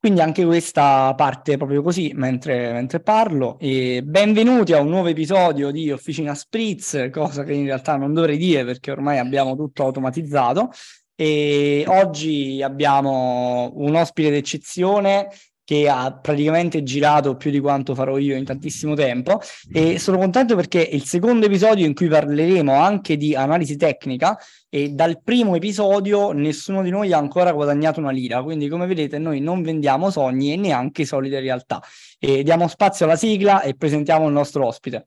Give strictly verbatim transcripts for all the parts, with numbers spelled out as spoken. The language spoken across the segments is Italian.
Quindi anche questa parte proprio così mentre, mentre parlo. E benvenuti a un nuovo episodio di Officina Spritz, cosa che in realtà non dovrei dire perché ormai abbiamo tutto automatizzato. E oggi abbiamo un ospite d'eccezione che ha praticamente girato più di quanto farò io in tantissimo tempo, e sono contento perché è il secondo episodio in cui parleremo anche di analisi tecnica, e dal primo episodio nessuno di noi ha ancora guadagnato una lira, quindi come vedete noi non vendiamo sogni e neanche solide realtà. E diamo spazio alla sigla e presentiamo il nostro ospite.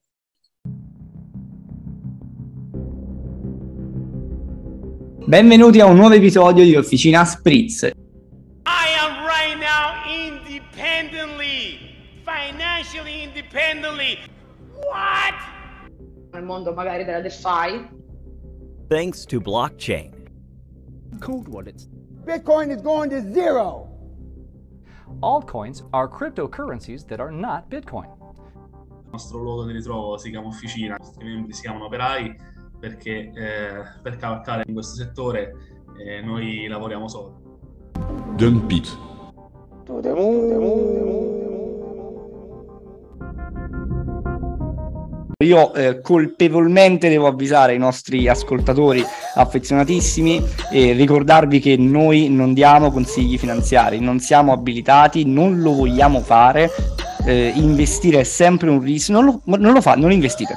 Benvenuti a un nuovo episodio di Officina Spritz. I am right now independently, financially independently. What? Nel mondo magari della DeFi. Thanks to blockchain. Cold wallets. Bitcoin is going to zero. Altcoins are cryptocurrencies that are not Bitcoin. Il nostro luogo di ritrovo si chiama Officina, i nostri membri si chiamano operai perché eh, per cavalcare in questo settore eh, noi lavoriamo solo. Dump it. To the moon, to the moon, to the moon. Io eh, colpevolmente devo avvisare i nostri ascoltatori affezionatissimi e ricordarvi che noi non diamo consigli finanziari, non siamo abilitati, non lo vogliamo fare. Eh, investire è sempre un rischio, non lo, non lo fa, non investite.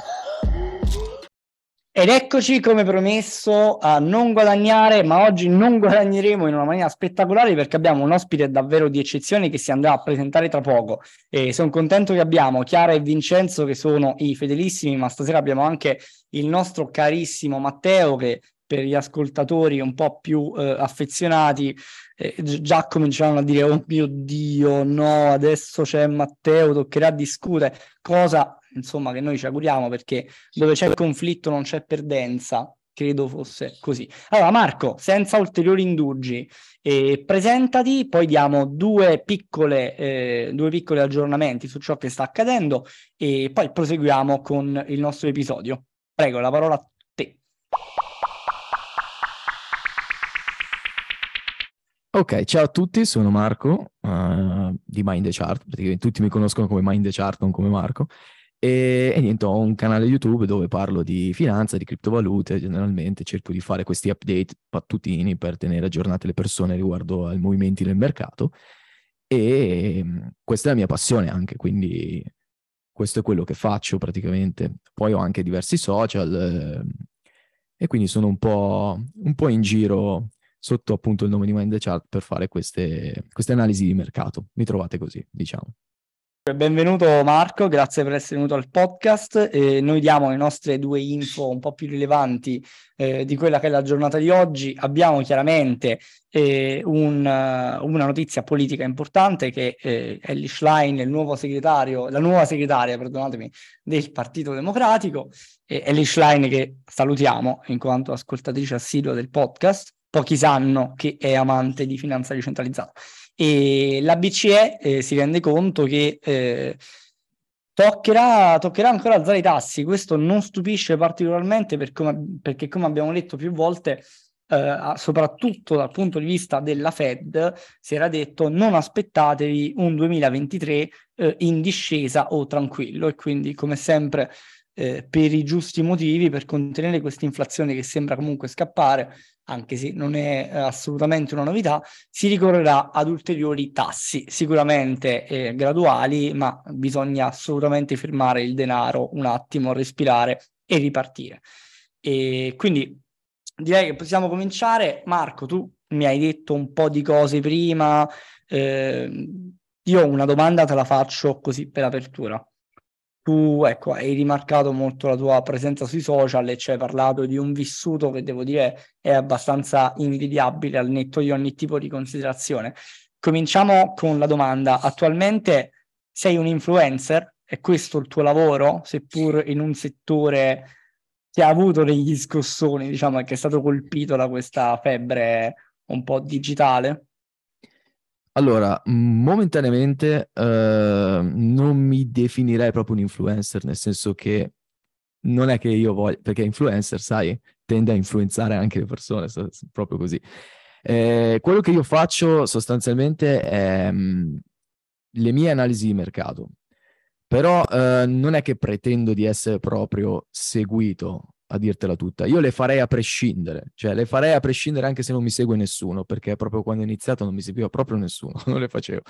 Ed eccoci, come promesso, a non guadagnare, ma oggi non guadagneremo in una maniera spettacolare perché abbiamo un ospite davvero di eccezione che si andrà a presentare tra poco. E sono contento che abbiamo Chiara e Vincenzo che sono i fedelissimi, ma stasera abbiamo anche il nostro carissimo Matteo che per gli ascoltatori un po' più eh, affezionati eh, già cominceranno a dire oh mio Dio, no, adesso c'è Matteo, toccherà discutere, cosa insomma che noi ci auguriamo perché dove c'è conflitto non c'è perdenza, credo fosse così. Allora Marco, senza ulteriori indugi, eh, presentati, poi diamo due piccole eh, due piccoli aggiornamenti su ciò che sta accadendo e poi proseguiamo con il nostro episodio. Prego, la parola a te. Ok, ciao a tutti, sono Marco uh, di Mind the Chart, praticamente tutti mi conoscono come Mind the Chart, non come Marco. E, e niente, ho un canale YouTube dove parlo di finanza, di criptovalute, generalmente cerco di fare questi update pattutini per tenere aggiornate le persone riguardo ai movimenti del mercato e questa è la mia passione anche, quindi questo è quello che faccio praticamente. Poi ho anche diversi social eh, e quindi sono un po', un po' in giro sotto appunto il nome di Mind the Chart per fare queste, queste analisi di mercato. Mi trovate così, diciamo. Benvenuto Marco, grazie per essere venuto al podcast. Eh, noi diamo le nostre due info un po' più rilevanti eh, di quella che è la giornata di oggi. Abbiamo chiaramente eh, un, uh, una notizia politica importante che eh, Elly Schlein, il nuovo segretario, la nuova segretaria, perdonatemi, del Partito Democratico, eh, Elly Schlein che salutiamo in quanto ascoltatrice assidua del podcast. Pochi sanno che è amante di finanza decentralizzata. E la B C E eh, si rende conto che eh, toccherà, toccherà ancora alzare i tassi. Questo non stupisce particolarmente per come, perché come abbiamo detto più volte eh, soprattutto dal punto di vista della Fed si era detto non aspettatevi un duemilaventitré eh, in discesa o tranquillo, e quindi come sempre eh, per i giusti motivi, per contenere questa inflazione che sembra comunque scappare, anche se non è eh, assolutamente una novità, si ricorrerà ad ulteriori tassi, sicuramente eh, graduali, ma bisogna assolutamente fermare il denaro un attimo, respirare e ripartire. E quindi direi che possiamo cominciare. Marco, tu mi hai detto un po' di cose prima, eh, io una domanda te la faccio così per apertura. Tu, ecco, hai rimarcato molto la tua presenza sui social e ci hai parlato di un vissuto che devo dire è abbastanza invidiabile al netto di ogni tipo di considerazione. Cominciamo con la domanda. Attualmente sei un influencer? È questo il tuo lavoro? Seppur in un settore che ha avuto degli scossoni, diciamo, e che è stato colpito da questa febbre un po' digitale? Allora, momentaneamente eh, non mi definirei proprio un influencer, nel senso che non è che io voglio, perché influencer, sai, tende a influenzare anche le persone, proprio così. Eh, quello che io faccio sostanzialmente è mh, le mie analisi di mercato, però eh, non è che pretendo di essere proprio seguito, a dirtela tutta. Io le farei a prescindere, cioè le farei a prescindere anche se non mi segue nessuno, perché proprio quando ho iniziato non mi seguiva proprio nessuno, non le facevo.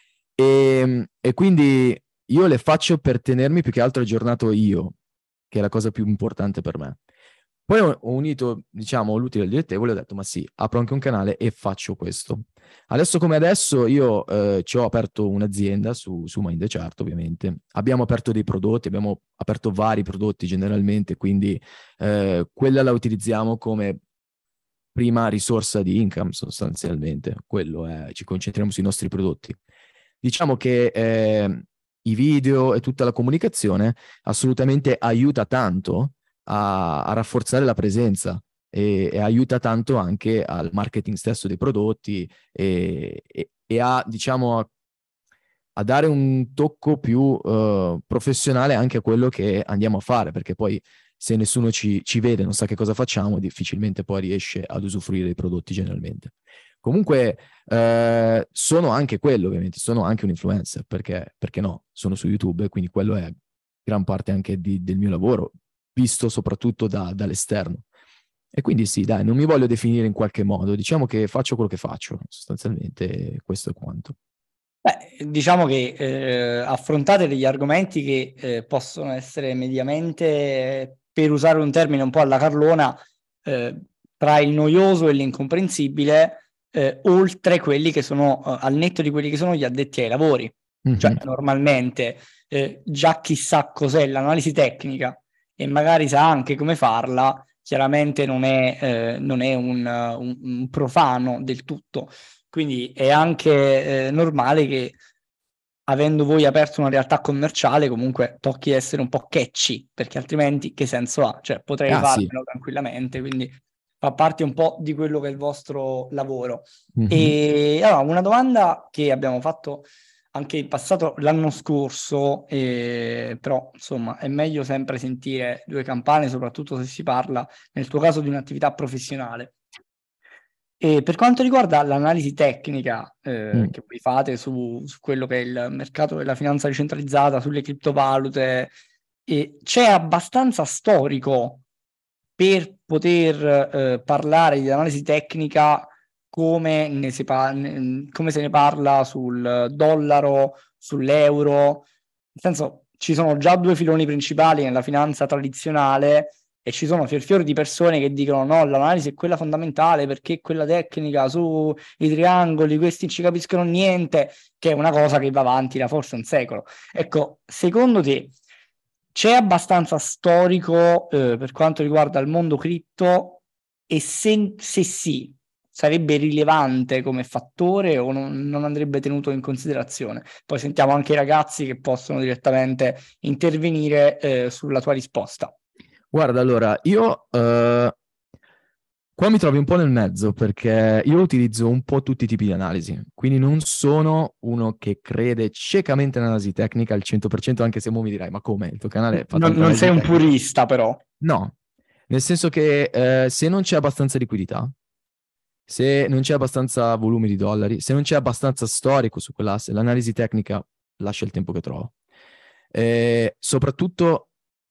E, e quindi io le faccio per tenermi più che altro aggiornato io, che è la cosa più importante per me. Poi ho unito, diciamo, l'utile al dilettevole e ho detto, ma sì, apro anche un canale e faccio questo. Adesso come adesso io eh, ci ho aperto un'azienda su, su Mind the Chart, ovviamente. Abbiamo aperto dei prodotti, abbiamo aperto vari prodotti generalmente, quindi eh, quella la utilizziamo come prima risorsa di income sostanzialmente. Quello è, ci concentriamo sui nostri prodotti. Diciamo che eh, i video e tutta la comunicazione assolutamente aiuta tanto A, a rafforzare la presenza e, e aiuta tanto anche al marketing stesso dei prodotti e, e, e a, diciamo, a, a dare un tocco più uh, professionale anche a quello che andiamo a fare, perché poi se nessuno ci, ci vede, non sa che cosa facciamo, difficilmente poi riesce ad usufruire dei prodotti generalmente. Comunque eh, sono anche quello, ovviamente, sono anche un influencer, perché, perché no, sono su YouTube, quindi quello è gran parte anche di, del mio lavoro, visto soprattutto da, dall'esterno. E quindi sì, dai, non mi voglio definire in qualche modo, diciamo che faccio quello che faccio, sostanzialmente questo è quanto. Beh, diciamo che eh, affrontate degli argomenti che eh, possono essere mediamente, per usare un termine un po' alla Carlona, eh, tra il noioso e l'incomprensibile, eh, oltre quelli che sono, eh, al netto di quelli che sono gli addetti ai lavori. Mm-hmm. Cioè, normalmente eh, già chi sa cos'è l'analisi tecnica e magari sa anche come farla, chiaramente non è, eh, non è un, un, un profano del tutto. Quindi è anche eh, normale che, avendo voi aperto una realtà commerciale, comunque tocchi essere un po' catchy, perché altrimenti che senso ha? Cioè, potrei ah, farmelo sì. tranquillamente, quindi fa parte un po' di quello che è il vostro lavoro. Mm-hmm. E allora, una domanda che abbiamo fatto anche in passato, l'anno scorso, eh, però insomma è meglio sempre sentire due campane, soprattutto se si parla, nel tuo caso, di un'attività professionale. E per quanto riguarda l'analisi tecnica eh, mm. che voi fate su, su quello che è il mercato della finanza decentralizzata, sulle criptovalute, eh, c'è abbastanza storico per poter eh, parlare di analisi tecnica come, ne si pa- come se ne parla sul dollaro, sull'euro. Nel senso, ci sono già due filoni principali nella finanza tradizionale e ci sono fior fior di persone che dicono no, l'analisi è quella fondamentale perché quella tecnica sui triangoli, questi non ci capiscono niente, che è una cosa che va avanti da forse un secolo. Ecco, secondo te c'è abbastanza storico eh, per quanto riguarda il mondo cripto e se, se sì, sarebbe rilevante come fattore o non, non andrebbe tenuto in considerazione? Poi sentiamo anche i ragazzi che possono direttamente intervenire eh, sulla tua risposta. Guarda, allora, io uh, qua mi trovi un po' nel mezzo perché io utilizzo un po' tutti i tipi di analisi, quindi non sono uno che crede ciecamente nell'analisi tecnica al cento per cento, anche se mo mi dirai, ma come? Il tuo canale fa Non, non sei un tecnica? purista però. No, nel senso che eh, se non c'è abbastanza liquidità, se non c'è abbastanza volume di dollari, se non c'è abbastanza storico su quell'asse, l'analisi tecnica lascia il tempo che trova. Eh, soprattutto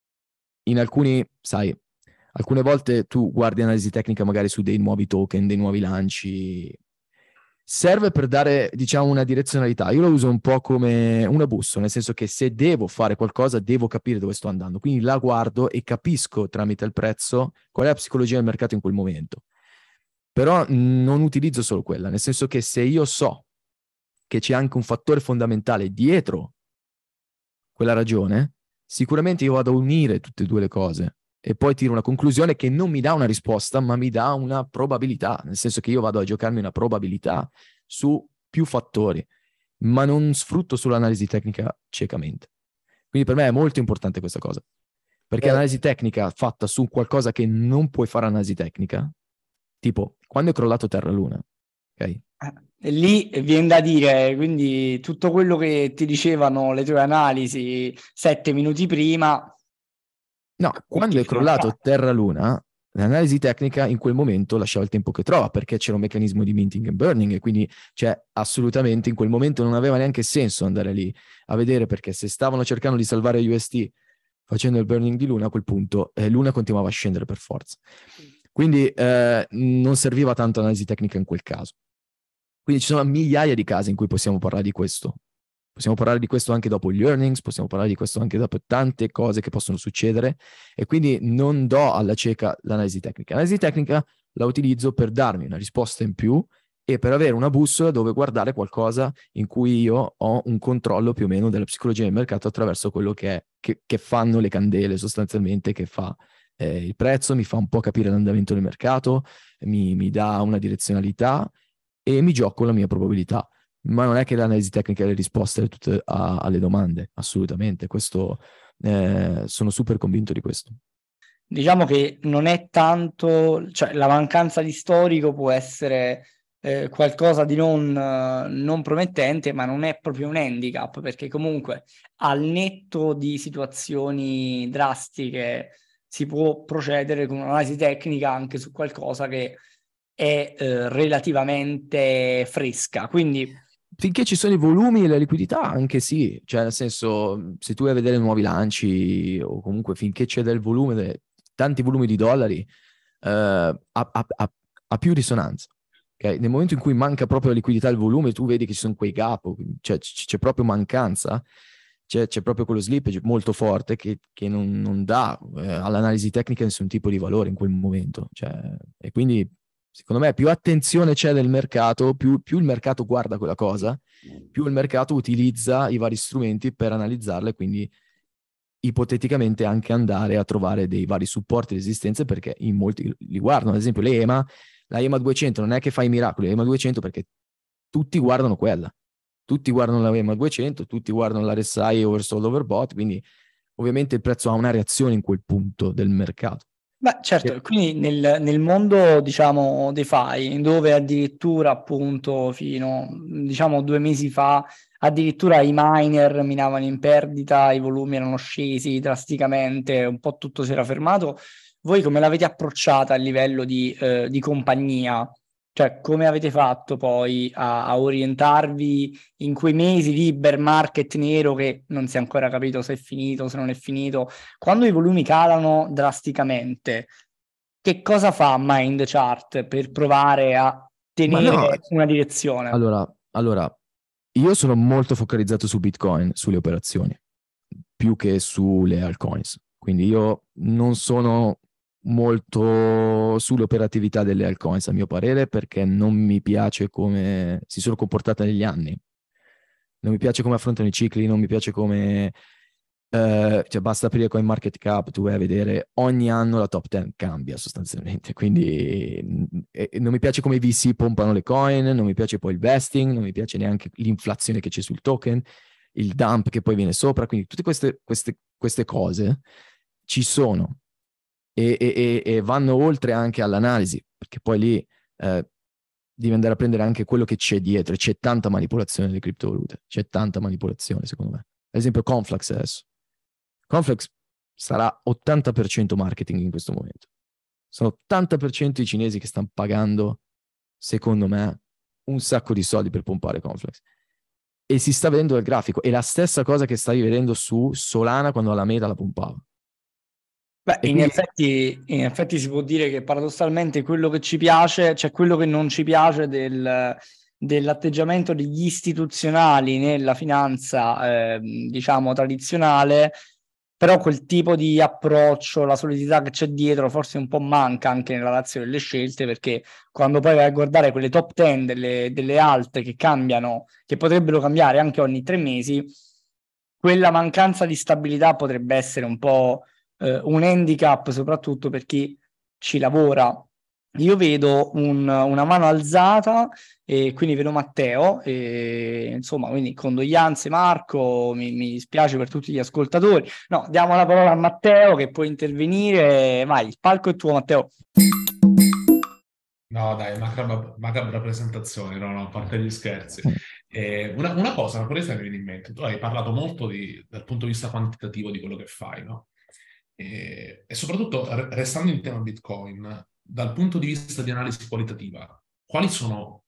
in alcuni, sai, alcune volte tu guardi analisi tecnica magari su dei nuovi token, dei nuovi lanci. Serve per dare, diciamo, una direzionalità. Io lo uso un po' come una bussola, nel senso che se devo fare qualcosa, devo capire dove sto andando. Quindi la guardo e capisco tramite il prezzo qual è la psicologia del mercato in quel momento. Però non utilizzo solo quella, nel senso che se io so che c'è anche un fattore fondamentale dietro quella ragione, sicuramente io vado a unire tutte e due le cose e poi tiro una conclusione che non mi dà una risposta, ma mi dà una probabilità, nel senso che io vado a giocarmi una probabilità su più fattori, ma non sfrutto solo l'analisi tecnica ciecamente. Quindi per me è molto importante questa cosa, perché eh. l'analisi tecnica fatta su qualcosa che non puoi fare analisi tecnica, tipo quando è crollato Terra Luna, ok? E lì viene da dire, quindi tutto quello che ti dicevano le tue analisi sette minuti prima. No, quando è crollato Terra Luna, L'analisi tecnica in quel momento lasciava il tempo che trova, perché c'era un meccanismo di minting and burning, e quindi cioè, assolutamente in quel momento non aveva neanche senso andare lì a vedere, perché se stavano cercando di salvare U S T facendo il burning di Luna, a quel punto eh, Luna continuava a scendere per forza. Quindi eh, non serviva tanto analisi tecnica in quel caso. Quindi ci sono migliaia di casi in cui possiamo parlare di questo. Possiamo parlare di questo anche dopo gli earnings, possiamo parlare di questo anche dopo tante cose che possono succedere, e quindi non do alla cieca l'analisi tecnica. L'analisi tecnica la utilizzo per darmi una risposta in più e per avere una bussola dove guardare qualcosa in cui io ho un controllo più o meno della psicologia del mercato attraverso quello che, è, che, che fanno le candele sostanzialmente, che fa eh, il prezzo, mi fa un po' capire l'andamento del mercato, mi, mi dà una direzionalità e mi gioco la mia probabilità. Ma non è che l'analisi tecnica è le risposte tutte a, alle domande, assolutamente. Questo, eh, sono super convinto di questo. Diciamo che non è tanto, cioè la mancanza di storico può essere eh, qualcosa di non, eh, non promettente, ma non è proprio un handicap, perché comunque al netto di situazioni drastiche si può procedere con un'analisi tecnica anche su qualcosa che è eh, relativamente fresca. Quindi finché ci sono i volumi e la liquidità, anche sì, cioè nel senso, se tu vai a vedere nuovi lanci o comunque finché c'è del volume, de, tanti volumi di dollari, eh, ha, ha, ha, ha più risonanza. Okay? Nel momento in cui manca proprio la liquidità e il volume, tu vedi che ci sono quei gap, cioè c- c'è proprio mancanza, c'è, c'è proprio quello slippage molto forte che, che non, non dà eh, all'analisi tecnica nessun tipo di valore in quel momento. Cioè, e quindi secondo me più attenzione c'è del mercato, più, più il mercato guarda quella cosa, più il mercato utilizza i vari strumenti per analizzarle, quindi ipoteticamente anche andare a trovare dei vari supporti e resistenze, perché in molti li guardano. Ad esempio l'E M A, la E M A duecento non è che fa i miracoli, la E M A duecento perché tutti guardano quella, tutti guardano la E M A duecento, tutti guardano l'R S I oversold overbought, quindi ovviamente il prezzo ha una reazione in quel punto del mercato. Beh, certo, quindi nel, nel mondo, diciamo, DeFi, dove addirittura appunto fino, diciamo, due mesi fa, addirittura i miner minavano in perdita, i volumi erano scesi drasticamente, un po' tutto si era fermato. Voi come l'avete approcciata a livello di, eh, di compagnia? Cioè, come avete fatto poi a, a orientarvi in quei mesi di bear market nero che non si è ancora capito se è finito, se non è finito? Quando i volumi calano drasticamente, che cosa fa MindChart per provare a tenere no, una direzione? Allora, allora, io sono molto focalizzato su Bitcoin, sulle operazioni, più che sulle altcoins. Quindi io non sono molto sull'operatività delle altcoins, a mio parere, perché non mi piace come si sono comportate negli anni. Non mi piace come affrontano i cicli, non mi piace come... Uh, cioè basta aprire CoinMarketCap, tu vai a vedere ogni anno la top dieci cambia sostanzialmente, quindi eh, non mi piace come i V C pompano le coin, non mi piace poi il vesting, non mi piace neanche l'inflazione che c'è sul token, il dump che poi viene sopra, quindi tutte queste, queste, queste cose ci sono e, e, e vanno oltre anche all'analisi, perché poi lì eh, devi andare a prendere anche quello che c'è dietro, e c'è tanta manipolazione delle criptovalute, c'è tanta manipolazione secondo me. Ad esempio Conflux adesso. Conflux sarà ottanta per cento marketing in questo momento. Sono ottanta per cento i cinesi che stanno pagando, secondo me, un sacco di soldi per pompare Conflux. E si sta vedendo il grafico. È la stessa cosa che stavi vedendo su Solana quando Alameda la pompava. Beh, in, quindi... effetti, in effetti si può dire che paradossalmente quello che ci piace, cioè quello che non ci piace del... dell'atteggiamento degli istituzionali nella finanza, eh, diciamo, tradizionale, però quel tipo di approccio, la solidità che c'è dietro forse un po' manca anche nella ratio delle scelte, perché quando poi vai a guardare quelle top dieci delle, delle altre che cambiano, che potrebbero cambiare anche ogni tre mesi, quella mancanza di stabilità potrebbe essere un po' eh, un handicap, soprattutto per chi ci lavora. Io vedo un, una mano alzata e quindi vedo Matteo e insomma, quindi condoglianze Marco, mi, mi dispiace per tutti gli ascoltatori. No, diamo la parola a Matteo che può intervenire. Vai, il palco è tuo, Matteo. No, dai, macabra, macabra presentazione, no, no, a parte gli scherzi. Eh, una, una cosa, per esempio, mi viene in mente, tu hai parlato molto di, dal punto di vista quantitativo di quello che fai, no? E, e soprattutto, re- restando in tema Bitcoin, dal punto di vista di analisi qualitativa, quali sono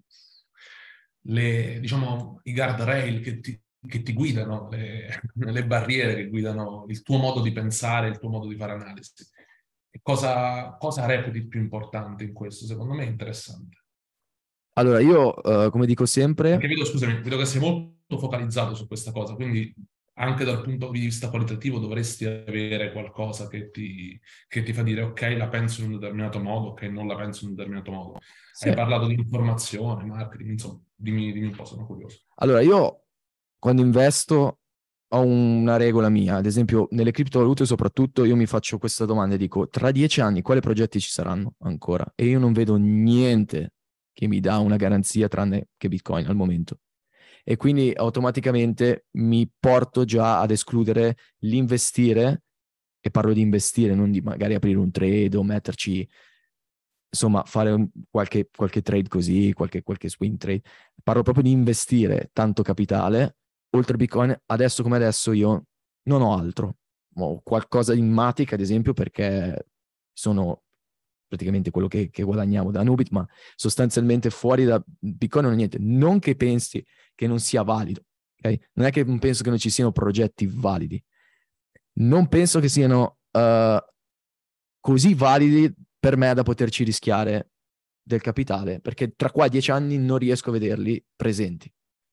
le, diciamo, i guardrail che ti, che ti guidano, le, le barriere che guidano il tuo modo di pensare, il tuo modo di fare analisi? E cosa, cosa reputi più importante in questo? Secondo me è interessante. Allora, io, eh, come dico sempre... Perché vedo, scusami, vedo che sei molto focalizzato su questa cosa, quindi anche dal punto di vista qualitativo dovresti avere qualcosa che ti, che ti fa dire ok, la penso in un determinato modo, ok, non la penso in un determinato modo. Sì. Hai parlato di informazione, marketing, insomma, dimmi, dimmi un po', sono curioso. Allora, io quando investo ho una regola mia, ad esempio nelle criptovalute soprattutto io mi faccio questa domanda e dico tra dieci anni quali progetti ci saranno ancora? E io non vedo niente che mi dà una garanzia tranne che Bitcoin al momento. E quindi automaticamente mi porto già ad escludere l'investire, e parlo di investire, non di magari aprire un trade o metterci, insomma, fare un, qualche, qualche trade così, qualche, qualche swing trade. Parlo proprio di investire tanto capitale. Oltre Bitcoin, adesso come adesso io non ho altro. Ho qualcosa in Matic, ad esempio, perché sono praticamente quello che, che guadagniamo da Nubit, ma sostanzialmente fuori da Bitcoin non è niente. Non che pensi che non sia valido, ok? Non è che non penso che non ci siano progetti validi. Non penso che siano uh, così validi per me da poterci rischiare del capitale, perché tra qua a dieci anni non riesco a vederli presenti.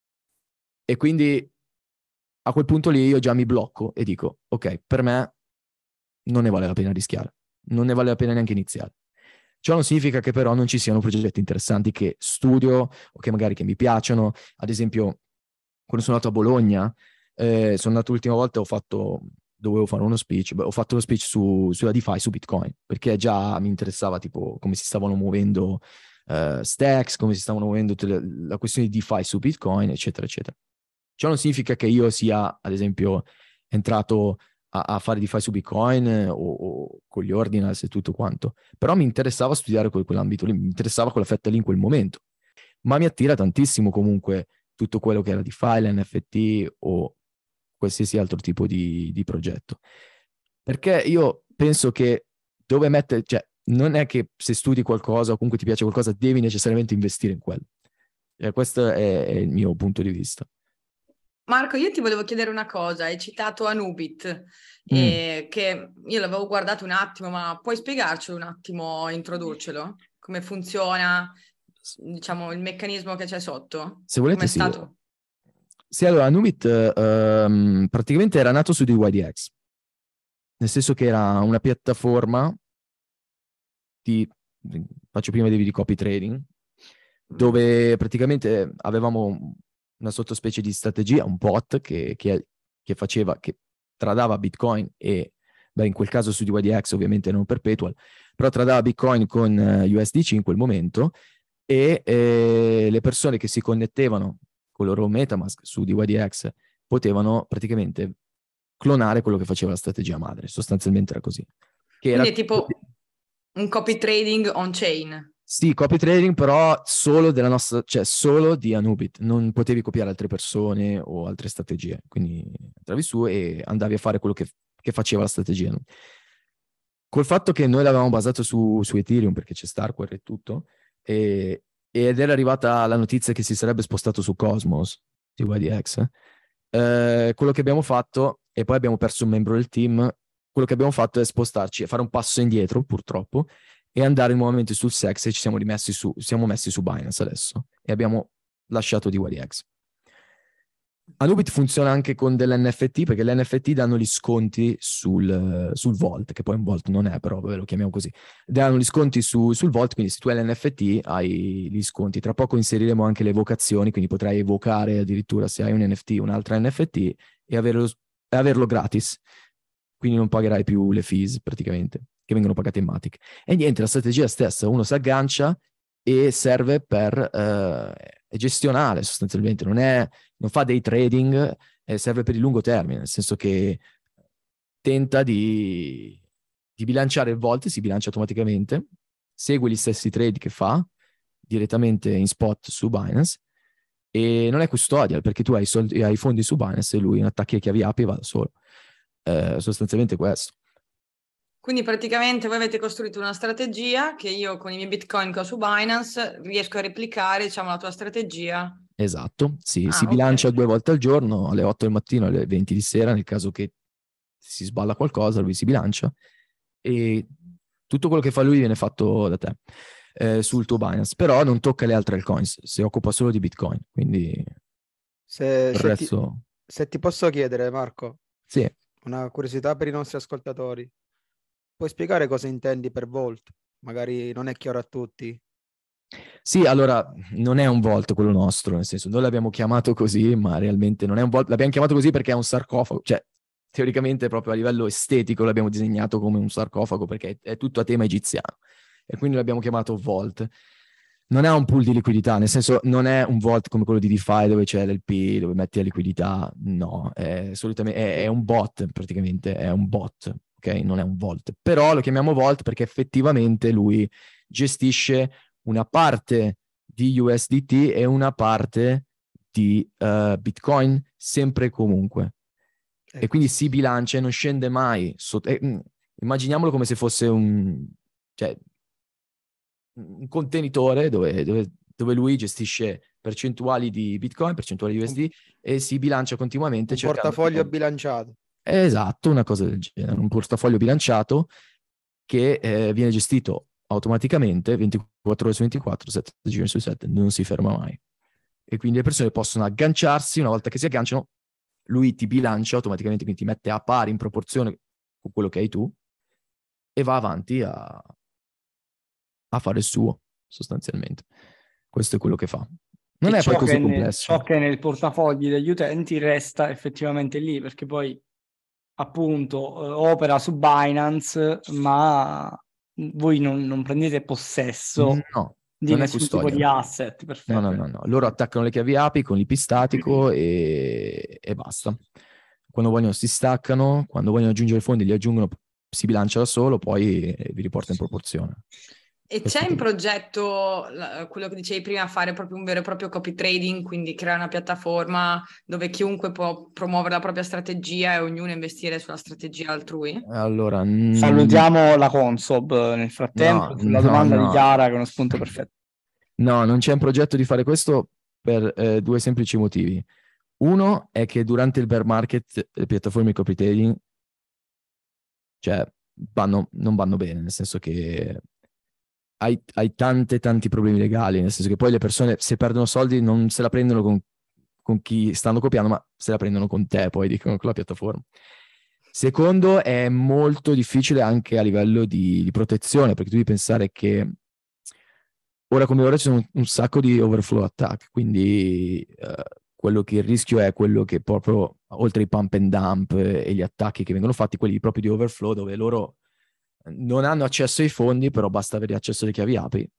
E quindi a quel punto lì io già mi blocco e dico, ok, per me non ne vale la pena rischiare, non ne vale la pena neanche iniziare. Ciò non significa che però non ci siano progetti interessanti che studio o che magari che mi piacciono. Ad esempio, quando sono andato a Bologna, eh, sono andato l'ultima volta, ho fatto, dovevo fare uno speech, beh, ho fatto lo speech su, sulla DeFi, su Bitcoin, perché già mi interessava tipo come si stavano muovendo uh, stacks, come si stavano muovendo le, la questione di DeFi su Bitcoin, eccetera, eccetera. Ciò non significa che io sia, ad esempio, entrato a, a fare DeFi su Bitcoin eh, o, o con gli ordinals e tutto quanto, però mi interessava studiare quel, quell'ambito lì, mi interessava quella fetta lì in quel momento, ma mi attira tantissimo comunque tutto quello che è la DeFi, l'N F T o qualsiasi altro tipo di, di progetto. Perché io penso che dove mettere, cioè non è che se studi qualcosa o comunque ti piace qualcosa devi necessariamente investire in quello. E questo è, è il mio punto di vista. Marco, io ti volevo chiedere una cosa, hai citato Anubit, Mm. eh, che io l'avevo guardato un attimo, ma puoi spiegarcelo un attimo, introdurcelo? Come funziona, diciamo, il meccanismo che c'è sotto? Se volete Com'è sì. stato? Sì, allora Anubit ehm, praticamente era nato su D Y D X, nel senso che era una piattaforma di, faccio prima di, di copy trading, dove praticamente avevamo una sottospecie di strategia, un bot che, che, che faceva, che tradava Bitcoin e, beh, in quel caso su D Y D X ovviamente non perpetual, però tradava Bitcoin con uh, U S D C in quel momento e eh, le persone che si connettevano con il loro MetaMask su D Y D X potevano praticamente clonare quello che faceva la strategia madre, sostanzialmente era così. Che Quindi era... è tipo un copy trading on-chain. Sì, copy trading, però solo della nostra, cioè solo di Anubit, non potevi copiare altre persone o altre strategie, quindi entravi su e andavi a fare quello che, che faceva la strategia. Col fatto che noi l'avevamo basato su, su Ethereum, perché c'è Starkware e tutto, e, ed era arrivata la notizia che si sarebbe spostato su Cosmos, D Y D X, eh, quello che abbiamo fatto, e poi abbiamo perso un membro del team, quello che abbiamo fatto è spostarci, fare un passo indietro, purtroppo, e andare nuovamente sul S E X e ci siamo rimessi su, siamo messi su Binance adesso e abbiamo lasciato D Y D X. Anubit funziona anche con dell'N F T, perché l'N F T danno gli sconti sul, sul Vault, che poi un Vault non è, però ve lo chiamiamo così. Danno gli sconti su, sul Vault, quindi se tu hai l'N F T hai gli sconti. Tra poco inseriremo anche le evocazioni, quindi potrai evocare addirittura se hai un N F T, un'altra N F T e averlo, e averlo gratis. Quindi non pagherai più le fees praticamente, che vengono pagate in Matic. E niente, la strategia stessa, uno si aggancia e serve per eh, è gestionale sostanzialmente, non, è, non fa dei trading, eh, serve per il lungo termine, nel senso che tenta di, di bilanciare il volte, si bilancia automaticamente, segue gli stessi trade che fa direttamente in spot su Binance e non è custodial perché tu hai, soldi, hai fondi su Binance e lui attacchi le chiavi A P I e va da solo. Eh, sostanzialmente questo. Quindi praticamente voi avete costruito una strategia che io con i miei bitcoin che ho su Binance riesco a replicare, diciamo, la tua strategia. Esatto, sì, Ah, si ok. bilancia due volte al giorno, alle otto del mattino, alle venti di sera, nel caso che si sballa qualcosa, lui si bilancia e tutto quello che fa lui viene fatto da te eh, sul tuo Binance, però non tocca le altre altcoins, si occupa solo di Bitcoin, quindi Se, il se ti, resto... se ti posso chiedere, Marco, Sì. una curiosità per i nostri ascoltatori, puoi spiegare cosa intendi per Vault? Magari non è chiaro a tutti. Sì, allora, non è un vault quello nostro, nel senso, noi l'abbiamo chiamato così, ma realmente non è un vault, l'abbiamo chiamato così perché è un sarcofago, cioè, teoricamente proprio a livello estetico l'abbiamo disegnato come un sarcofago perché è tutto a tema egiziano, e quindi l'abbiamo chiamato vault. Non è un pool di liquidità, nel senso, non è un vault come quello di DeFi dove c'è l'L P, dove metti la liquidità, no, è solitamente, è, è un bot praticamente, è un bot, ok? Non è un vault, però lo chiamiamo vault perché effettivamente lui gestisce una parte di U S D T e una parte di uh, Bitcoin sempre e comunque. Ecco. E quindi si bilancia e non scende mai sotto. Eh, immaginiamolo come se fosse un, cioè, un contenitore dove, dove, dove lui gestisce percentuali di Bitcoin, percentuali di U S D e si bilancia continuamente. Un portafoglio di... bilanciato. Esatto, una cosa del genere, un portafoglio bilanciato che eh, viene gestito automaticamente ventiquattro ore su ventiquattro, sette giorni su sette, non si ferma mai. E quindi le persone possono agganciarsi, una volta che si agganciano, lui ti bilancia automaticamente, quindi ti mette a pari in proporzione con quello che hai tu e va avanti a, a fare il suo, sostanzialmente. Questo è quello che fa. Non e è poi così che complesso. Ne, ciò che nel portafogli degli utenti resta effettivamente lì, perché poi appunto eh, opera su Binance, ma voi non, non prendete possesso no, di non è nessun custodia. tipo di asset. Perfetto. No, no, no, no. Loro attaccano le chiavi A P I con l'I P statico e, e basta. Quando vogliono si staccano, quando vogliono aggiungere fondi li aggiungono, si bilancia da solo, poi vi riporta in proporzione. E Questo c'è in tipo. progetto quello che dicevi prima, fare proprio un vero e proprio copy trading, quindi creare una piattaforma dove chiunque può promuovere la propria strategia e ognuno investire sulla strategia altrui? Allora, mm, salutiamo la Consob nel frattempo no, sulla no, domanda no. di Chiara, che è uno spunto perfetto. No, non c'è un progetto di fare questo per eh, due semplici motivi. Uno è che durante il bear market le piattaforme di copy trading, cioè, vanno, non vanno bene, nel senso che hai, hai tante, tanti problemi legali, nel senso che poi le persone, se perdono soldi, non se la prendono con, con chi stanno copiando, ma se la prendono con te, poi dicono, con la piattaforma. Secondo, è molto difficile anche a livello di, di protezione, perché tu devi pensare che ora come ora ci sono un, un sacco di overflow attack, quindi uh, quello che il rischio è quello che proprio, oltre ai pump and dump e gli attacchi che vengono fatti, quelli proprio di overflow, dove loro non hanno accesso ai fondi, però basta avere accesso alle chiavi A P I,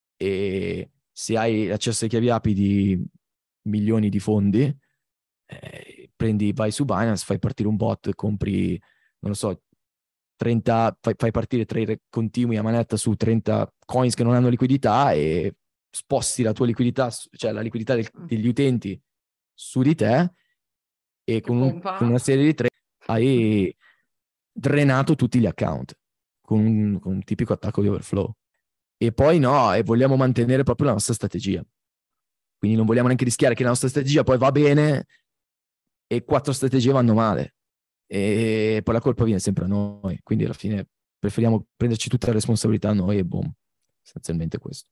e se hai accesso alle chiavi A P I di milioni di fondi, eh, prendi, vai su Binance, fai partire un bot, compri, non lo so, trenta, fai, fai partire tre continui a manetta su trenta coins che non hanno liquidità e sposti la tua liquidità, cioè la liquidità del, degli utenti su di te, e con, un, con una serie di trade hai drenato tutti gli account con un, con un tipico attacco di overflow. E poi no, e vogliamo mantenere proprio la nostra strategia, quindi non vogliamo neanche rischiare che la nostra strategia poi va bene e quattro strategie vanno male e poi la colpa viene sempre a noi, quindi alla fine preferiamo prenderci tutta la responsabilità a noi e boom, essenzialmente questo.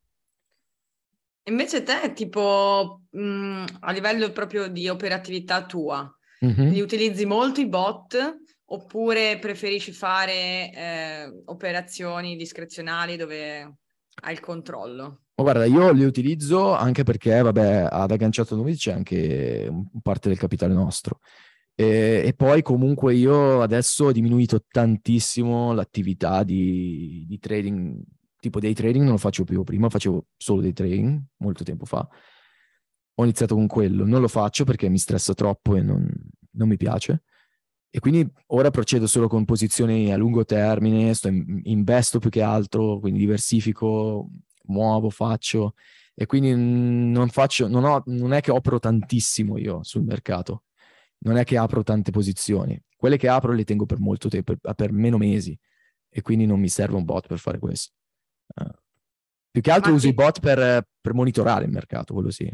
Invece te, tipo, mh, a livello proprio di operatività tua, mm-hmm. li utilizzi molto i bot oppure preferisci fare eh, operazioni discrezionali dove hai il controllo? Oh, guarda, io li utilizzo anche perché, vabbè, ad agganciato noi c'è anche parte del capitale nostro. E, e poi comunque io adesso ho diminuito tantissimo l'attività di, di trading, tipo day trading non lo faccio più, prima facevo solo day trading, molto tempo fa. Ho iniziato con quello, non lo faccio perché mi stressa troppo e non, non mi piace. E quindi ora procedo solo con posizioni a lungo termine, sto in, investo più che altro, quindi diversifico, muovo, faccio, e quindi non faccio, non ho, non è che opero tantissimo io sul mercato, non è che apro tante posizioni, quelle che apro le tengo per molto tempo, per, per meno mesi, e quindi non mi serve un bot per fare questo. Uh, più che altro Ma uso ti- i bot per, per monitorare il mercato, quello sì.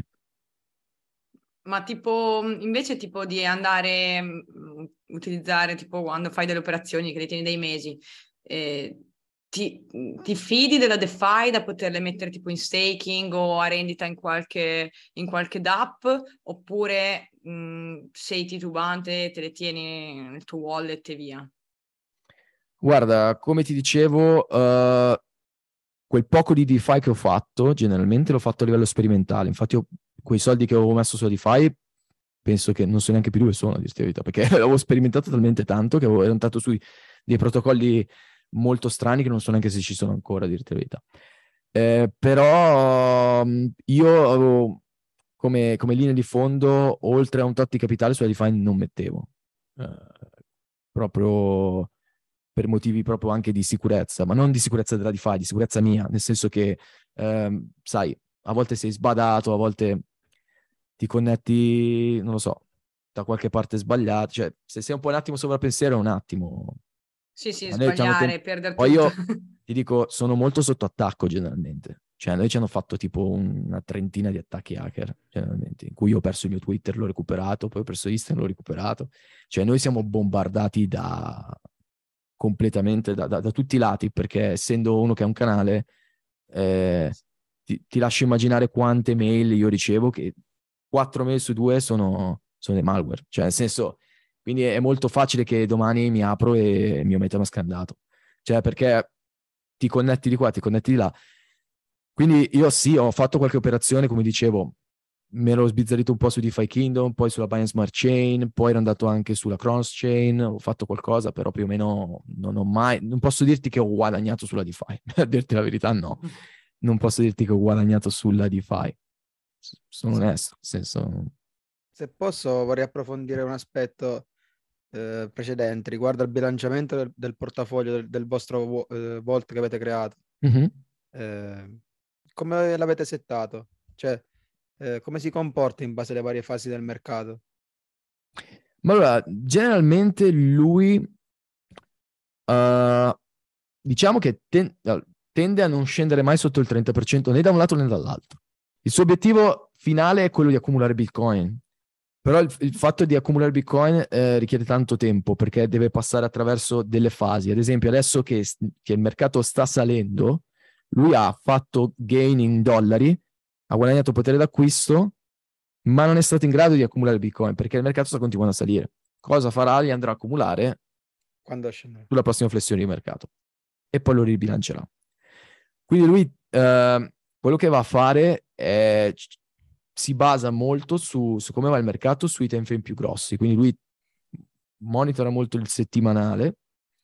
Ma tipo, invece tipo di andare, mh, utilizzare tipo quando fai delle operazioni che le tieni dei mesi, eh, ti, ti fidi della DeFi da poterle mettere tipo in staking o a rendita in qualche, in qualche dApp, oppure mh, sei titubante, te le tieni nel tuo wallet e via? Guarda, come ti dicevo, uh, quel poco di DeFi che ho fatto, generalmente l'ho fatto a livello sperimentale. Infatti io, quei soldi che avevo messo sulla DeFi, penso che non so neanche più dove sono, a dirti la verità, perché l'avevo sperimentato talmente tanto che avevo, ero andato su dei protocolli molto strani che non so neanche se ci sono ancora, a dirti la verità. Eh, però um, io avevo come, come linea di fondo, oltre a un tot di capitale sulla DeFi non mettevo. Eh, proprio per motivi proprio anche di sicurezza, ma non di sicurezza della DeFi, di sicurezza mia, nel senso che, ehm, sai, a volte sei sbadato, a volte ti connetti, non lo so, da qualche parte sbagliata, cioè se sei un po' un attimo sovrappensiero è un attimo. Sì, sì, A noi ci hanno sbagliare, ten- perdere Poi tutto. io ti dico, sono molto sotto attacco generalmente, cioè noi ci hanno fatto tipo una trentina di attacchi hacker generalmente, in cui io ho perso il mio Twitter, l'ho recuperato, poi ho perso Instagram, l'ho recuperato, cioè noi siamo bombardati da completamente da, da, da tutti i lati, perché essendo uno che ha un canale eh, ti, ti lascio immaginare quante mail io ricevo, che quattro mail su due sono, sono dei malware, cioè nel senso, quindi è molto facile che domani mi apro e il mio MetaMask è andato, cioè perché ti connetti di qua, ti connetti di là. Quindi io sì, ho fatto qualche operazione, come dicevo, mi ero sbizzarrito un po' su DeFi Kingdom, poi sulla Binance Smart Chain, poi ero andato anche sulla Cross Chain, ho fatto qualcosa, però più o meno non ho mai, non posso dirti che ho guadagnato sulla DeFi, a dirti la verità no, non posso dirti che ho guadagnato sulla DeFi, sono onesto, nel senso. Se posso vorrei approfondire un aspetto eh, precedente riguardo al bilanciamento del, del portafoglio del, del vostro vo- eh, Vault che avete creato. Mm-hmm. Eh, come l'avete settato? Cioè, eh, come si comporta in base alle varie fasi del mercato? Ma allora, generalmente lui, uh, diciamo che ten- tende a non scendere mai sotto il trenta per cento né da un lato né dall'altro. Il suo obiettivo finale è quello di accumulare Bitcoin, però il, il fatto di accumulare Bitcoin eh, richiede tanto tempo perché deve passare attraverso delle fasi. Ad esempio, adesso che, che il mercato sta salendo, lui ha fatto gain in dollari, ha guadagnato potere d'acquisto, ma non è stato in grado di accumulare Bitcoin perché il mercato sta continuando a salire. Cosa farà? Li andrà a accumulare quando scende sulla prossima flessione di mercato e poi lo ribilancerà. Quindi lui eh, quello che va a fare è si basa molto su, su come va il mercato sui time frame più grossi. Quindi lui monitora molto il settimanale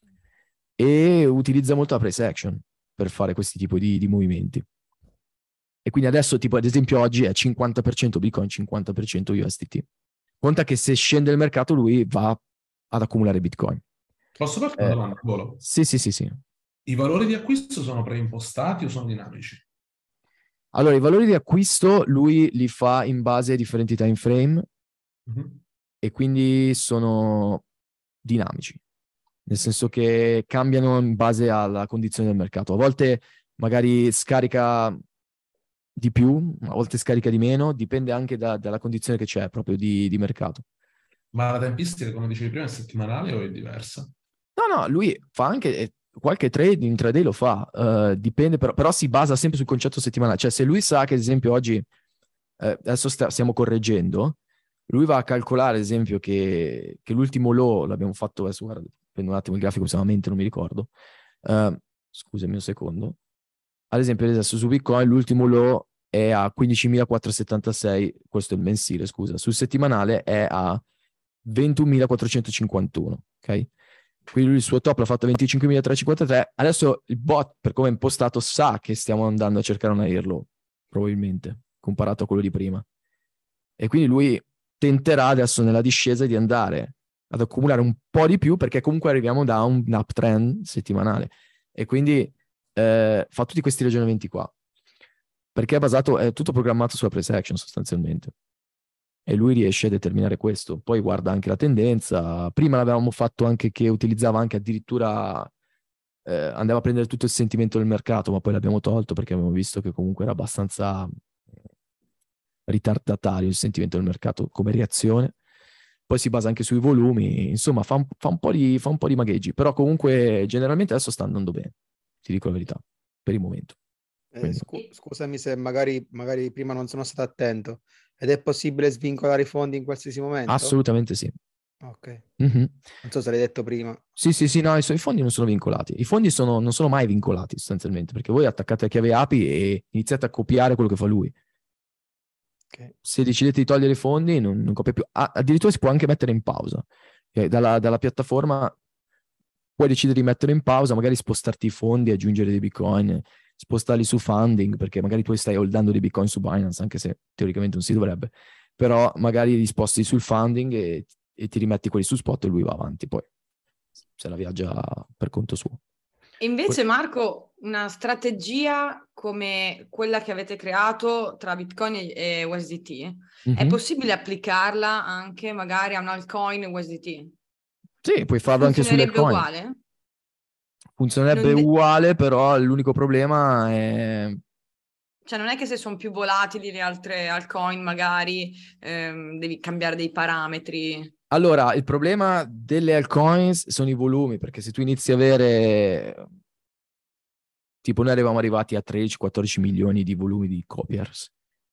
e utilizza molto la price action per fare questi tipi di, di movimenti. E quindi adesso, tipo ad esempio oggi è cinquanta per cento Bitcoin, cinquanta per cento U S D T. Conta che se scende il mercato lui va ad accumulare Bitcoin. Posso farti Eh, una domanda, Volo? Sì, sì, sì, sì. I valori di acquisto sono preimpostati o sono dinamici? Allora, i valori di acquisto lui li fa in base ai differenti time frame mm-hmm. e quindi sono dinamici, nel senso che cambiano in base alla condizione del mercato. A volte magari scarica di più, a volte scarica di meno, dipende anche da, dalla condizione che c'è proprio di, di mercato. Ma la tempistica, come dicevi prima, è settimanale o è diversa? No, no, lui fa anche qualche trade, in intraday lo fa, uh, dipende, però, però si basa sempre sul concetto settimanale. Cioè se lui sa che ad esempio oggi, eh, adesso sta, stiamo correggendo, lui va a calcolare ad esempio che, che l'ultimo low, l'abbiamo fatto, adesso guarda, prendo un attimo il grafico, se non mi ricordo, uh, scusami un secondo, ad esempio adesso su Bitcoin l'ultimo low è a quindicimilaquattrocentosettantasei, questo è il mensile, scusa, sul settimanale è a ventunomilaquattrocentocinquantuno, ok? Quindi lui il suo top l'ha fatto a venticinquemilatrecentocinquantatré. Adesso il bot, per come è impostato, sa che stiamo andando a cercare una air low, probabilmente, comparato a quello di prima. E quindi lui tenterà adesso nella discesa di andare ad accumulare un po' di più, perché comunque arriviamo da un uptrend settimanale. E quindi eh, fa tutti questi ragionamenti qua. Perché è basato, è tutto programmato sulla price action sostanzialmente. E lui riesce a determinare questo. Poi guarda anche la tendenza. Prima l'avevamo fatto anche che utilizzava anche addirittura eh, andava a prendere tutto il sentimento del mercato, ma poi l'abbiamo tolto perché abbiamo visto che comunque era abbastanza ritardatario il sentimento del mercato come reazione. Poi si basa anche sui volumi, insomma fa un, fa un po' di, fa un po' di magheggi, però comunque generalmente adesso sta andando bene, ti dico la verità, per il momento. Eh, scu- scusami se magari, magari prima non sono stato attento, ed è possibile svincolare i fondi in qualsiasi momento? Assolutamente sì. Ok. Mm-hmm. Non so se l'hai detto prima. Sì, sì, sì, no, i, i fondi non sono vincolati. I fondi sono, non sono mai vincolati sostanzialmente, perché voi attaccate a chiave A P I e iniziate a copiare quello che fa lui. Okay. Se decidete di togliere i fondi non, non copia più. Ah, addirittura si può anche mettere in pausa. Okay? Dalla, dalla piattaforma puoi decidere di mettere in pausa, magari spostarti i fondi, aggiungere dei bitcoin, spostarli su funding, perché magari tu stai holdando dei bitcoin su Binance, anche se teoricamente non si dovrebbe, però magari li sposti sul funding e, e ti rimetti quelli su spot e lui va avanti, poi se la viaggia per conto suo. E invece Marco, una strategia come quella che avete creato tra Bitcoin e U S D T, mm-hmm. è possibile applicarla anche magari a un altcoin U S D T? Sì, puoi farlo anche sulle coin. Funzionerebbe uguale? Funzionerebbe de- uguale, però l'unico problema è... Cioè non è che se sono più volatili le altre altcoin magari ehm, devi cambiare dei parametri... Allora, il problema delle altcoins sono i volumi, perché se tu inizi a avere, tipo noi eravamo arrivati a tredici quattordici milioni di volumi di copiers,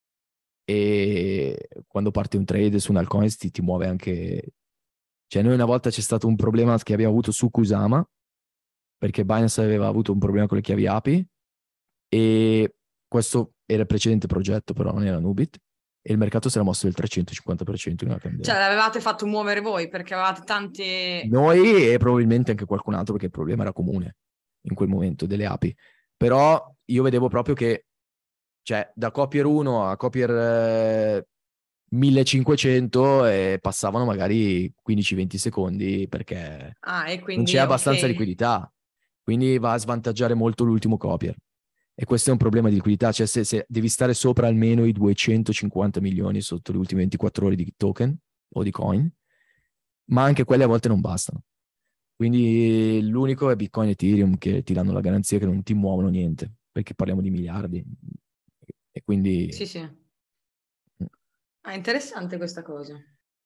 e quando parte un trade su un'altcoin ti, ti muove anche, cioè noi una volta c'è stato un problema che abbiamo avuto su Kusama, perché Binance aveva avuto un problema con le chiavi A P I, e questo era il precedente progetto, però non era Nubit, e il mercato si era mosso del trecentocinquanta per cento in una candela. Cioè l'avevate fatto muovere voi perché avevate tante... Noi e probabilmente anche qualcun altro, perché il problema era comune in quel momento delle A P I. Però io vedevo proprio che, cioè, da copier uno a copier eh, millecinquecento eh, passavano magari quindici venti secondi perché ah, e quindi, non c'è abbastanza okay. liquidità. Quindi va a svantaggiare molto l'ultimo copier. E questo è un problema di liquidità, cioè se, se devi stare sopra almeno i duecentocinquanta milioni sotto le ultime ventiquattro ore di token o di coin, ma anche quelli a volte non bastano. Quindi l'unico è Bitcoin e Ethereum che ti danno la garanzia che non ti muovono niente, perché parliamo di miliardi. E quindi... Sì, sì. Ah, interessante questa cosa.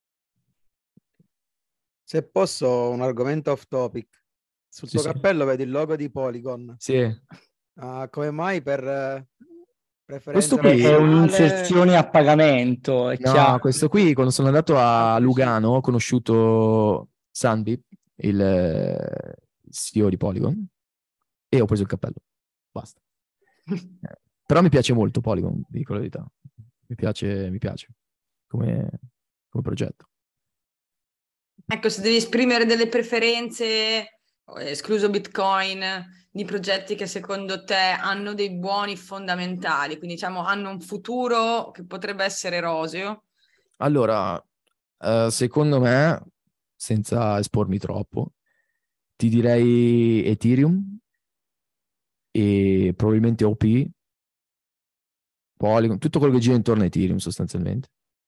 Se posso, un argomento off topic. Sul sì, tuo sì. cappello vedi il logo di Polygon. Sì. Uh, come mai per uh, preferenza? Questo qui è un'inserzione a pagamento. È no, chiaro. questo qui, quando sono andato a Lugano, ho conosciuto Sandeep, il C E O di Polygon, e ho preso il cappello. Basta. Però mi piace molto Polygon, dico la verità. Mi piace, mi piace come, come progetto. Ecco, se devi esprimere delle preferenze, escluso Bitcoin, di progetti che secondo te hanno dei buoni fondamentali, quindi diciamo hanno un futuro che potrebbe essere roseo? Allora, uh, secondo me, senza espormi troppo, ti direi Ethereum e probabilmente O P, Polygon, tutto quello che gira intorno a Ethereum sostanzialmente.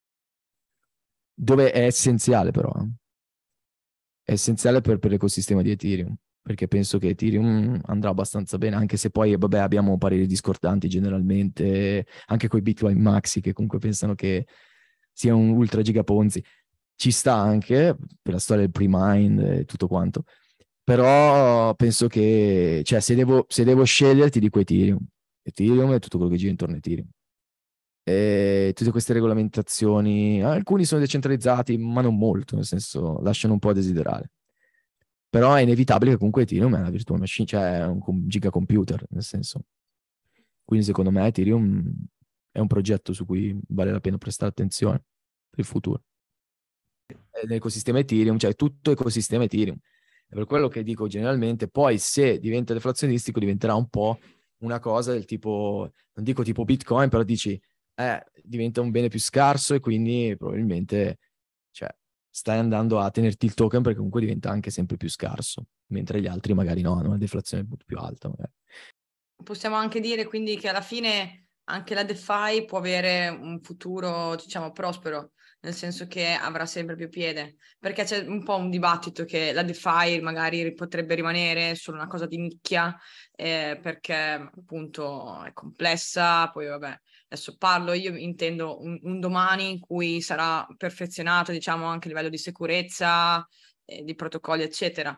Dove è essenziale però, eh. È essenziale per, per l'ecosistema di Ethereum, perché penso che Ethereum andrà abbastanza bene, anche se poi vabbè abbiamo pareri discordanti generalmente, anche con i Bitcoin Maxi che comunque pensano che sia un ultra giga Ponzi. Ci sta anche per la storia del pre-mine e tutto quanto, però penso che, cioè se devo, se devo scegliere ti dico Ethereum. Ethereum e tutto quello che gira intorno a Ethereum. E tutte queste regolamentazioni, alcuni sono decentralizzati, ma non molto, nel senso lasciano un po' a desiderare. Però è inevitabile che comunque Ethereum è una virtual machine, cioè è un gigacomputer, nel senso. Quindi secondo me Ethereum è un progetto su cui vale la pena prestare attenzione per il futuro. Nell'ecosistema Ethereum, cioè tutto ecosistema Ethereum. È per quello che dico generalmente, poi se diventa deflazionistico diventerà un po' una cosa del tipo, non dico tipo Bitcoin, però dici, eh, diventa un bene più scarso e quindi probabilmente, cioè, stai andando a tenerti il token perché comunque diventa anche sempre più scarso, mentre gli altri magari no, hanno una deflazione molto più alta. Magari. Possiamo anche dire quindi che alla fine anche la DeFi può avere un futuro, diciamo, prospero, nel senso che avrà sempre più piede, perché c'è un po' un dibattito che la DeFi magari potrebbe rimanere solo una cosa di nicchia, eh, perché appunto è complessa, poi vabbè, adesso parlo, io intendo un, un domani in cui sarà perfezionato, diciamo, anche a livello di sicurezza, eh, di protocolli, eccetera.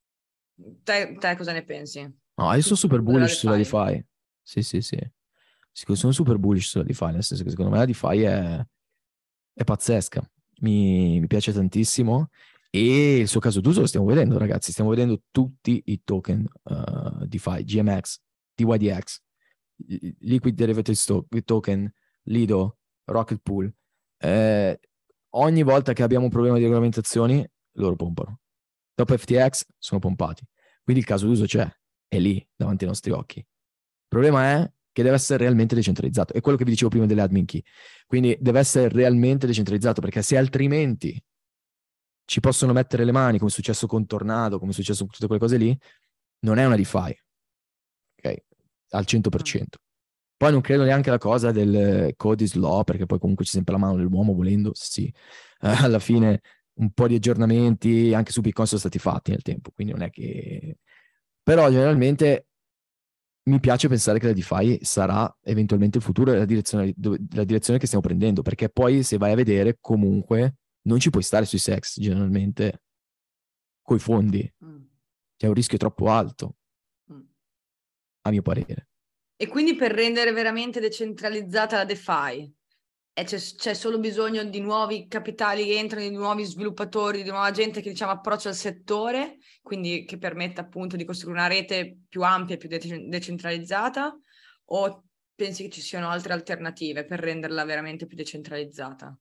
Te, te cosa ne pensi? No, io sono super bullish sulla DeFi. DeFi. Sì, sì, sì. Sono super bullish sulla DeFi, nel senso che secondo me la DeFi è, è pazzesca. Mi, mi piace tantissimo. E il suo caso d'uso lo stiamo vedendo, ragazzi. Stiamo vedendo tutti i token uh, DeFi, G M X, D Y D X, Liquid Derivative Sto- Token, Lido, Rocket Pool. Eh, ogni volta che abbiamo un problema di regolamentazioni, loro pompano. Dopo F T X sono pompati. Quindi il caso d'uso c'è, è lì, davanti ai nostri occhi. Il problema è che deve essere realmente decentralizzato. È quello che vi dicevo prima delle admin key. Quindi deve essere realmente decentralizzato, perché se altrimenti ci possono mettere le mani, come è successo con Tornado, come è successo con tutte quelle cose lì, non è una DeFi. Ok? Al cento per cento. Poi non credo neanche alla cosa del code is law, perché poi comunque c'è sempre la mano dell'uomo, volendo, sì. Uh, alla fine un po' di aggiornamenti anche su Bitcoin sono stati fatti nel tempo, quindi non è che... Però generalmente mi piace pensare che la DeFi sarà eventualmente il futuro e la direzione, la direzione che stiamo prendendo, perché poi se vai a vedere comunque non ci puoi stare sui sex generalmente coi fondi. Mm. C'è un rischio troppo alto, mm. a mio parere. E quindi per rendere veramente decentralizzata la DeFi e c'è, c'è solo bisogno di nuovi capitali che entrano, di nuovi sviluppatori, di nuova gente che diciamo approccia al settore, quindi che permetta appunto di costruire una rete più ampia e più de- decentralizzata, o pensi che ci siano altre alternative per renderla veramente più decentralizzata?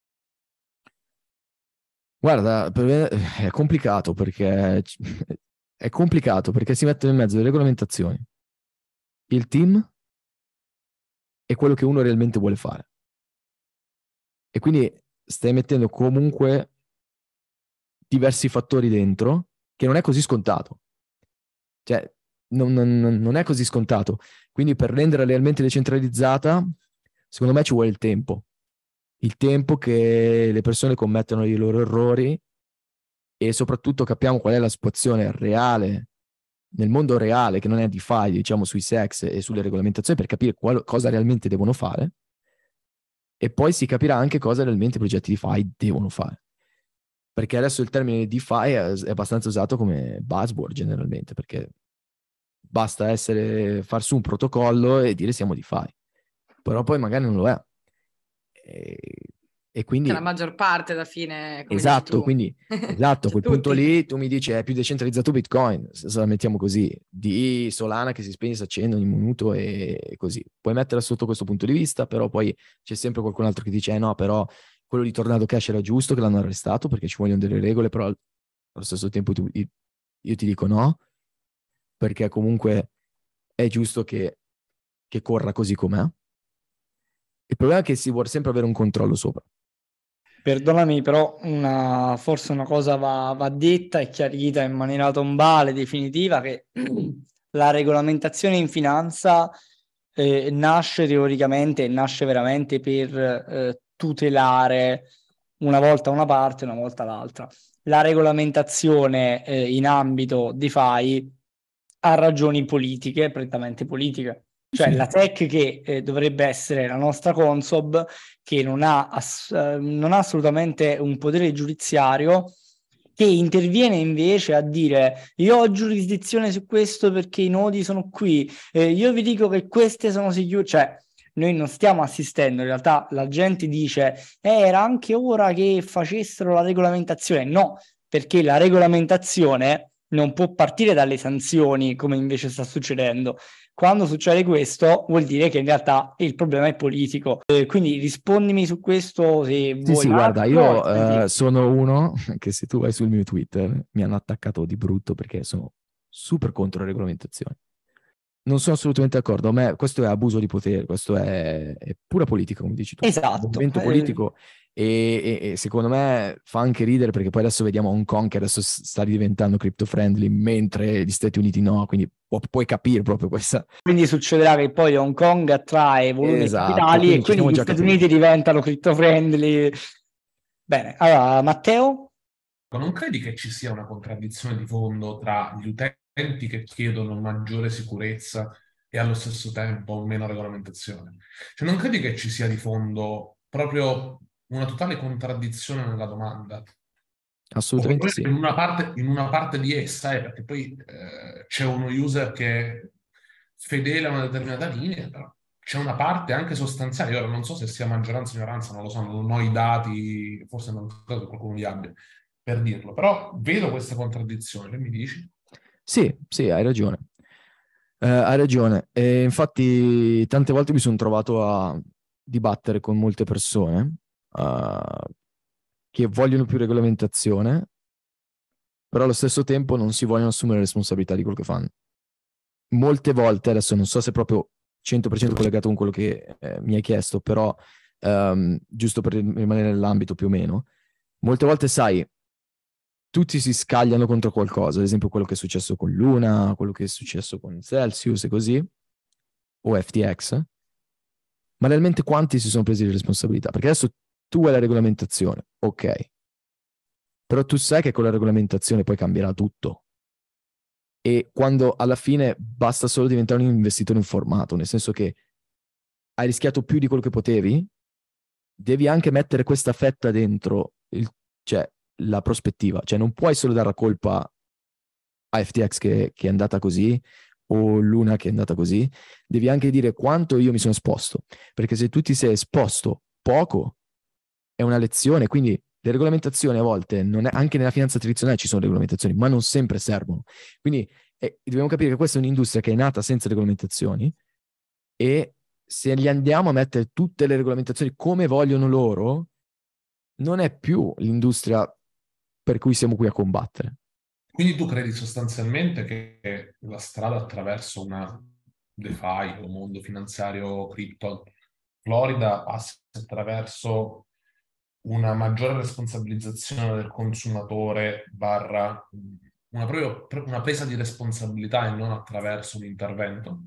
Guarda, per me è complicato perché è complicato perché si mettono in mezzo le regolamentazioni, il team e quello che uno realmente vuole fare. E quindi stai mettendo comunque diversi fattori dentro che non è così scontato. Cioè, non, non, non è così scontato. Quindi per renderla realmente decentralizzata, secondo me ci vuole il tempo. Il tempo che le persone commettono i loro errori e soprattutto capiamo qual è la situazione reale, nel mondo reale, che non è DeFi, diciamo, sui sex e sulle regolamentazioni, per capire qual- cosa realmente devono fare. E poi si capirà anche cosa realmente i progetti DeFi devono fare. Perché adesso il termine DeFi è, è abbastanza usato come buzzword generalmente, perché basta essere, far su un protocollo e dire siamo DeFi. Però poi magari non lo è. E, e quindi... C'è la maggior parte alla fine, come esatto, dici tu. quindi esatto, a quel punto tutti. lì tu mi dici è più decentralizzato Bitcoin, se la mettiamo così, di Solana che si spegne e si accende ogni minuto e così. Puoi metterla sotto questo punto di vista, però poi c'è sempre qualcun altro che dice eh no, però quello di Tornado Cash era giusto che l'hanno arrestato perché ci vogliono delle regole, però allo stesso tempo tu, io ti dico no, perché comunque è giusto che, che corra così com'è. Il problema è che si vuole sempre avere un controllo sopra. Perdonami, però una, forse una cosa va, va detta e chiarita in maniera tombale, definitiva, che la regolamentazione in finanza eh, nasce teoricamente, nasce veramente per eh, tutelare una volta una parte, una volta l'altra. La regolamentazione eh, in ambito DeFi ha ragioni politiche, prettamente politiche. Cioè la S E C che eh, dovrebbe essere la nostra Consob, che non ha, ass- non ha assolutamente un potere giudiziario, che interviene invece a dire io ho giurisdizione su questo perché i nodi sono qui, eh, io vi dico che queste sono sicure, cioè noi non stiamo assistendo, in realtà la gente dice eh, era anche ora che facessero la regolamentazione, no, perché la regolamentazione non può partire dalle sanzioni come invece sta succedendo. Quando succede questo vuol dire che in realtà il problema è politico. Eh, quindi rispondimi su questo se sì, vuoi. Sì, Marco, guarda, io uh, sono uno che se tu vai sul mio Twitter mi hanno attaccato di brutto perché sono super contro le regolamentazioni. Non sono assolutamente d'accordo. A me questo è abuso di potere, questo è, è pura politica, come dici tu. Esatto. Il movimento politico E, e, e secondo me fa anche ridere, perché poi adesso vediamo Hong Kong che adesso sta diventando crypto friendly, mentre gli Stati Uniti no, quindi pu- puoi capire proprio questa... Quindi succederà che poi Hong Kong attrae volumi Esatto, capitali quindi e ci quindi siamo gli già Stati capiti. Uniti diventano crypto friendly. Bene, allora Matteo? Non credi che ci sia una contraddizione di fondo tra gli utenti che chiedono maggiore sicurezza e allo stesso tempo meno regolamentazione? Cioè, non credi che ci sia di fondo proprio una totale contraddizione nella domanda? Assolutamente sì. In una parte, in una parte di essa, eh, perché poi eh, c'è uno user che è fedele a una determinata linea, però c'è una parte anche sostanziale. Ora non so se sia maggioranza o minoranza, non lo so, non ho i dati, forse non credo che qualcuno li abbia per dirlo, però vedo questa contraddizione. Che mi dici? Sì, sì, hai ragione. Eh, hai ragione. E infatti tante volte mi sono trovato a dibattere con molte persone uh, che vogliono più regolamentazione, però allo stesso tempo non si vogliono assumere responsabilità di quello che fanno. Molte volte, adesso non so se è proprio cento per cento collegato con quello che eh, mi hai chiesto, però um, giusto per rimanere nell'ambito più o meno, molte volte sai, tutti si scagliano contro qualcosa, ad esempio quello che è successo con Luna, quello che è successo con Celsius e così, o F T X, ma realmente quanti si sono presi le responsabilità? Perché adesso tu hai la regolamentazione, ok, però tu sai che con la regolamentazione poi cambierà tutto, e quando alla fine basta solo diventare un investitore informato, nel senso che hai rischiato più di quello che potevi, devi anche mettere questa fetta dentro, il, cioè la prospettiva, cioè non puoi solo dare la colpa a F T X che, che è andata così o Luna che è andata così, devi anche dire quanto io mi sono esposto, perché se tu ti sei esposto poco è una lezione. Quindi le regolamentazioni a volte, non è, anche nella finanza tradizionale ci sono regolamentazioni, ma non sempre servono. Quindi eh, dobbiamo capire che questa è un'industria che è nata senza regolamentazioni, e se gli andiamo a mettere tutte le regolamentazioni come vogliono loro, non è più l'industria per cui siamo qui a combattere. Quindi tu credi sostanzialmente che la strada attraverso una DeFi o mondo finanziario cripto florida passi attraverso una maggiore responsabilizzazione del consumatore barra una, proprio, una presa di responsabilità e non attraverso un intervento?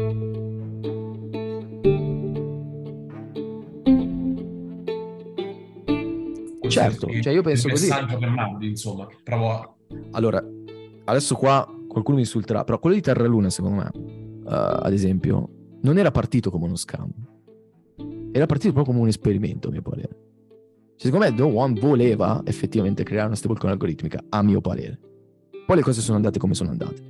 Certo, cioè io penso il così. messaggio che mandi, insomma, che provo a... Allora, adesso qua qualcuno mi insulterà, però quello di Terra Luna, secondo me, uh, ad esempio, non era partito come uno scam. Era partito proprio come un esperimento, a mio parere. Cioè, secondo me The One voleva effettivamente creare una stablecoin algoritmica, a mio parere. Poi le cose sono andate come sono andate.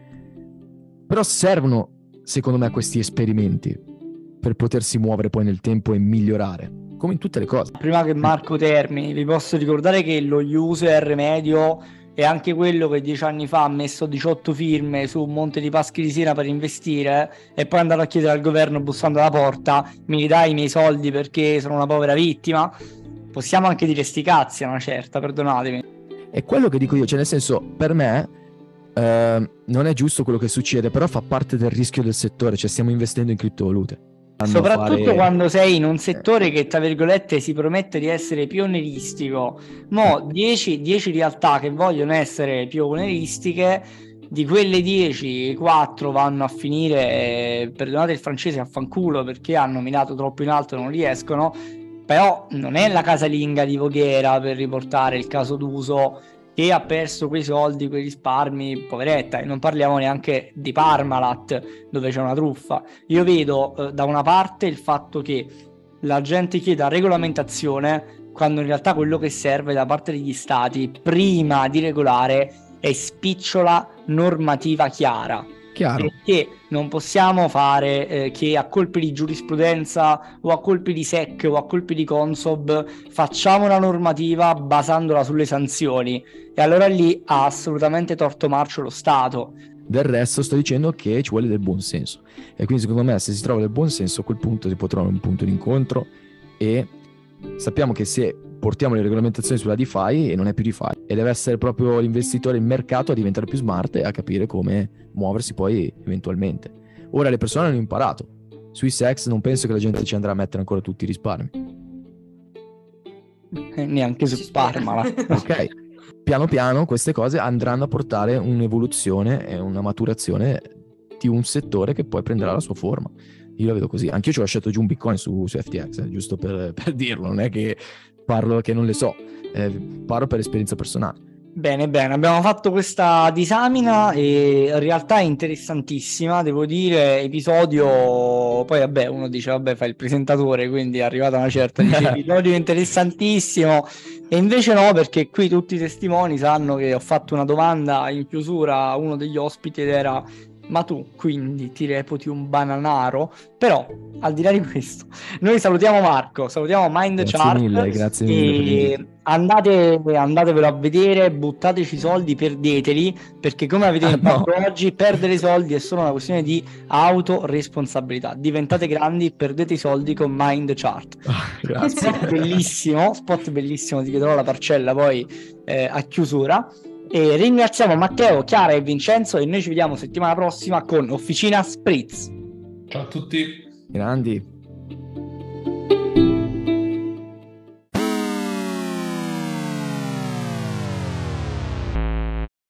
Però servono, secondo me, questi esperimenti per potersi muovere poi nel tempo e migliorare, come in tutte le cose. Prima che Marco termini, vi posso ricordare che lo user medio è anche quello che dieci anni fa ha messo diciotto firme su un monte di Paschi di Siena per investire e poi è andato a chiedere al governo bussando alla porta: mi dai i miei soldi perché sono una povera vittima. Possiamo anche dire sti cazzi a una certa, perdonatemi. È quello che dico io, cioè nel senso, per me eh, non è giusto quello che succede, però fa parte del rischio del settore, cioè stiamo investendo in criptovalute. Soprattutto fare... quando sei in un settore che tra virgolette si promette di essere pionieristico. Mo' dieci realtà che vogliono essere pionieristiche, di quelle dieci, quattro vanno a finire, eh, perdonate il francese, a fanculo, perché hanno minato troppo in alto e non riescono. Però non è la casalinga di Voghera, per riportare il caso d'uso, che ha perso quei soldi, quei risparmi, poveretta. E non parliamo neanche di Parmalat, dove c'è una truffa. Io vedo eh, da una parte il fatto che la gente chieda regolamentazione, quando in realtà quello che serve da parte degli stati, prima di regolare, è spicciola normativa chiara. Chiaro. Perché non possiamo fare eh, che a colpi di giurisprudenza o a colpi di S E C o a colpi di Consob facciamo una normativa basandola sulle sanzioni, e allora lì ha assolutamente torto marcio lo Stato. Del resto sto dicendo che ci vuole del buon senso, e quindi secondo me se si trova del buon senso a quel punto si può trovare un punto di incontro, e sappiamo che se portiamo le regolamentazioni sulla DeFi e non è più DeFi, e deve essere proprio l'investitore, il mercato a diventare più smart e a capire come muoversi poi eventualmente. Ora le persone hanno imparato, sui S E X non penso che la gente ci andrà a mettere ancora tutti i risparmi. eh, neanche su Parmalat. Ok, piano piano queste cose andranno a portare un'evoluzione e una maturazione di un settore che poi prenderà la sua forma. Io la vedo così. Anch'io ci ho lasciato giù un bitcoin su, su F T X, eh, giusto per, per dirlo, non è che parlo che non le so, eh, parlo per esperienza personale. Bene, bene, abbiamo fatto questa disamina e in realtà è interessantissima, devo dire, episodio, poi vabbè, uno dice vabbè fa il presentatore, quindi è arrivata una certa, dice episodio interessantissimo, e invece no, perché qui tutti i testimoni sanno che ho fatto una domanda in chiusura a uno degli ospiti ed era: ma tu quindi ti reputi un bananaro? Però al di là di questo noi salutiamo Marco, salutiamo Mindchart, grazie mille, grazie mille e andate, andatevelo a vedere, buttateci i soldi, perdeteli, perché come avete imparato ah, no. oggi, perdere i soldi è solo una questione di autoresponsabilità. Diventate grandi, perdete i soldi con Mindchart. Ah, grazie. Spot bellissimo, spot bellissimo, ti chiederò la parcella poi eh, a chiusura. E ringraziamo Matteo, Chiara e Vincenzo e noi ci vediamo settimana prossima con Officina Spritz. Ciao a tutti. Grandi.